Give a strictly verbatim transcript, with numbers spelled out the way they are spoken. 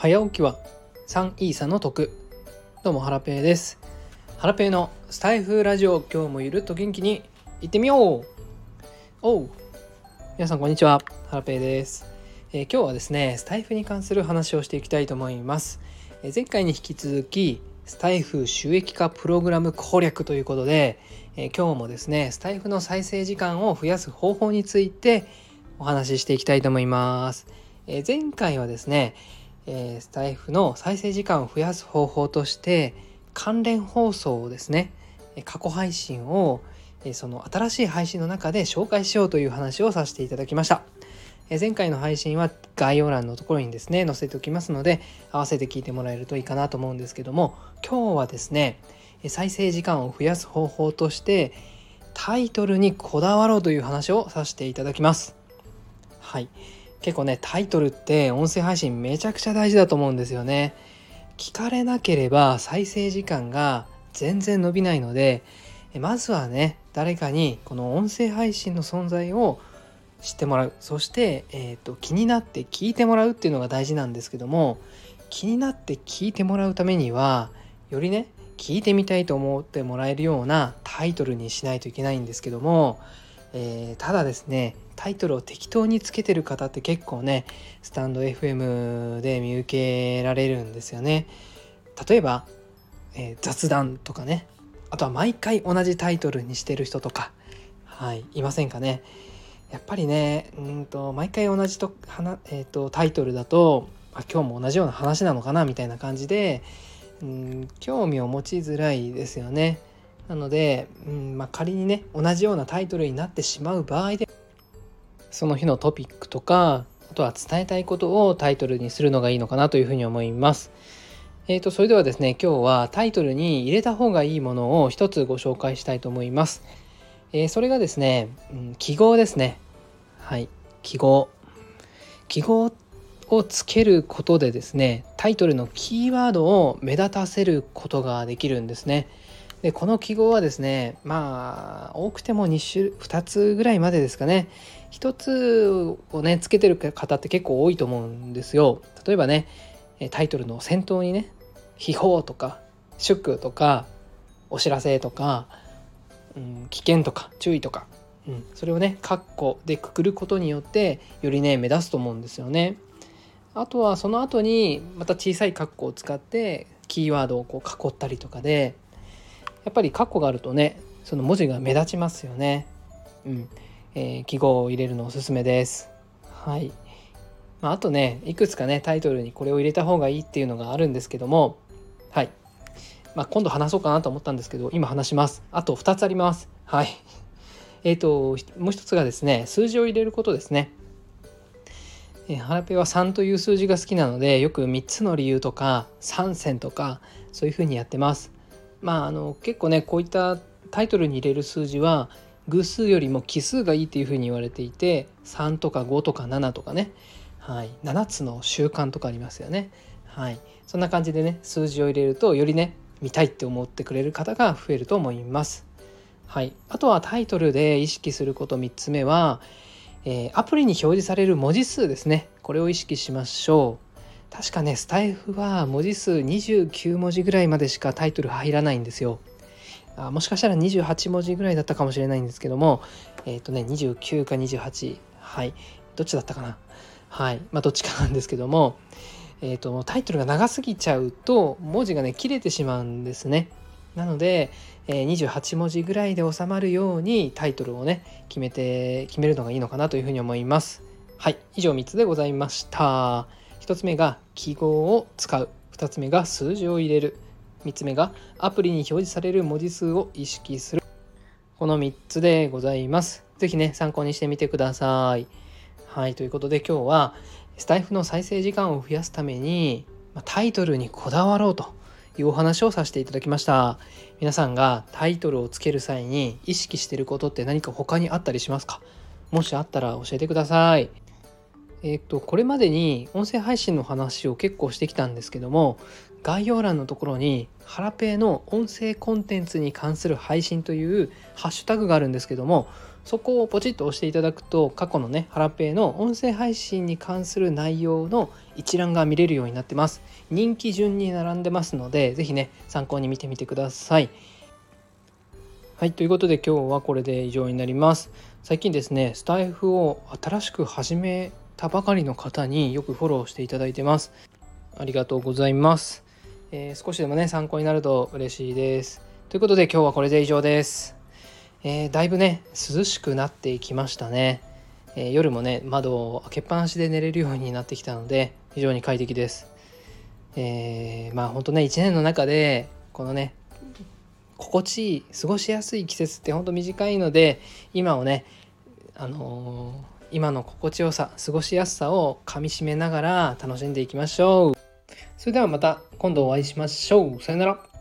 早起きはさんイーサの得。どうもハラペーです。ハラペーのスタイフラジオ、今日もゆるっと元気に行ってみよう。おう皆さんこんにちは、ハラペーです。えー、今日はですねスタイフに関する話をしていきたいと思います。えー、前回に引き続きスタイフ収益化プログラム攻略ということで、えー、今日もですねスタイフの再生時間を増やす方法についてお話ししていきたいと思います。えー、前回はですね、えー、スタイフの再生時間を増やす方法として関連放送をですね、過去配信をその新しい配信の中で紹介しようという話をさせていただきました。前回の配信は概要欄のところにですね載せておきますので、合わせて聞いてもらえるといいかなと思うんですけども、今日はですね再生時間を増やす方法としてタイトルにこだわろうという話をさせていただきます。はい、結構ねタイトルって音声配信めちゃくちゃ大事だと思うんですよね。聞かれなければ再生時間が全然伸びないので、まずはね誰かにこの音声配信の存在を知ってもらう、そして、えーと、気になって聞いてもらうっていうのが大事なんですけども、気になって聞いてもらうためにはよりね聞いてみたいと思ってもらえるようなタイトルにしないといけないんですけども、えー、ただですねタイトルを適当につけてる方って結構ねスタンド エフエム で見受けられるんですよね。例えば、えー、雑談とかね、あとは毎回同じタイトルにしてる人とか、はい、いませんかね。やっぱりねうんと毎回同じと、えー、とタイトルだと、あ、今日も同じような話なのかなみたいな感じで、うん、興味を持ちづらいですよね。なので、うんまあ、仮にね同じようなタイトルになってしまう場合で、その日のトピックとか、あとは伝えたいことをタイトルにするのがいいのかなというふうに思います。えーとそれではですね今日はタイトルに入れた方がいいものを一つご紹介したいと思います。えー、それがですね、うん、記号ですね。はい、記号記号をつけることでですねタイトルのキーワードを目立たせることができるんですね。でこの記号はですねまあ多くてもに種ふたつぐらいまでですかね。ひとつをねつけてる方って結構多いと思うんですよ。例えばねタイトルの先頭にね秘宝とか祝とかお知らせとか、うん、危険とか注意とか、うん、それをねカッコでくくることによってよりね目立つと思うんですよね。あとはその後にまた小さいカッコを使ってキーワードをこう囲ったりとかで、やっぱりカッコがあるとねその文字が目立ちますよね。うんえー、記号を入れるのおすすめです。はい、まあ、あとねいくつかねタイトルにこれを入れた方がいいっていうのがあるんですけども、はい、まあ、今度話そうかなと思ったんですけど今話します。あとふたつあります。はいえーともう一つがですね数字を入れることですね。えー、ハラペはさんという数字が好きなのでよくみっつの理由とかさん線とかそういう風にやってます。まああの結構ねこういったタイトルに入れる数字は偶数よりも奇数がいいっていう風に言われていて、さんとかごとかななとかね、はい、ななつの習慣とかありますよね。はい、そんな感じでね数字を入れるとよりね見たいって思ってくれる方が増えると思います。はい、あとはタイトルで意識することみっつめは、えー、アプリに表示される文字数ですね。これを意識しましょう。確かねスタイフは文字数にじゅうきゅうもじぐらいまでしかタイトル入らないんですよ。あもしかしたらにじゅうはちもじぐらいだったかもしれないんですけども、えっとねにじゅうきゅうかにじゅうはち、はいどっちだったかな、はいまあどっちかなんですけども、えっとタイトルが長すぎちゃうと文字がね切れてしまうんですね。なので、えー、にじゅうはちもじぐらいで収まるようにタイトルをね決めて決めるのがいいのかなというふうに思います。はい、以上みっつでございました。ひとつめが記号を使う、ふたつめが数字を入れる、みっつめがアプリに表示される文字数を意識する。このみっつでございます。ぜひね参考にしてみてください。はいということで今日はスタイフの再生時間を増やすためにタイトルにこだわろうというお話をさせていただきました。皆さんがタイトルをつける際に意識していることって何か他にあったりしますか？もしあったら教えてください。えっとこれまでに音声配信の話を結構してきたんですけども、概要欄のところにハラペーの音声コンテンツに関する配信というハッシュタグがあるんですけども、 そこをポチッと押していただくと、過去のねハラペーの音声配信に関する内容の一覧が見れるようになってます。人気順に並んでますので、ぜひね参考に見てみてください。はい、ということで今日はこれで以上になります。最近ですねスタイフを新しく始めたばかりの方によくフォローしていただいてます。ありがとうございます。えー、少しでもね参考になると嬉しいです。ということで今日はこれで以上です。えー、だいぶね涼しくなってきましたね。えー、夜もね窓を開けっぱなしで寝れるようになってきたので非常に快適です。えー、まあ本当ねいちねんの中でこのね心地いい過ごしやすい季節って本当短いので、今をねあのー、今の心地よさ過ごしやすさをかみしめながら楽しんでいきましょう。それではまた今度お会いしましょう。さよなら。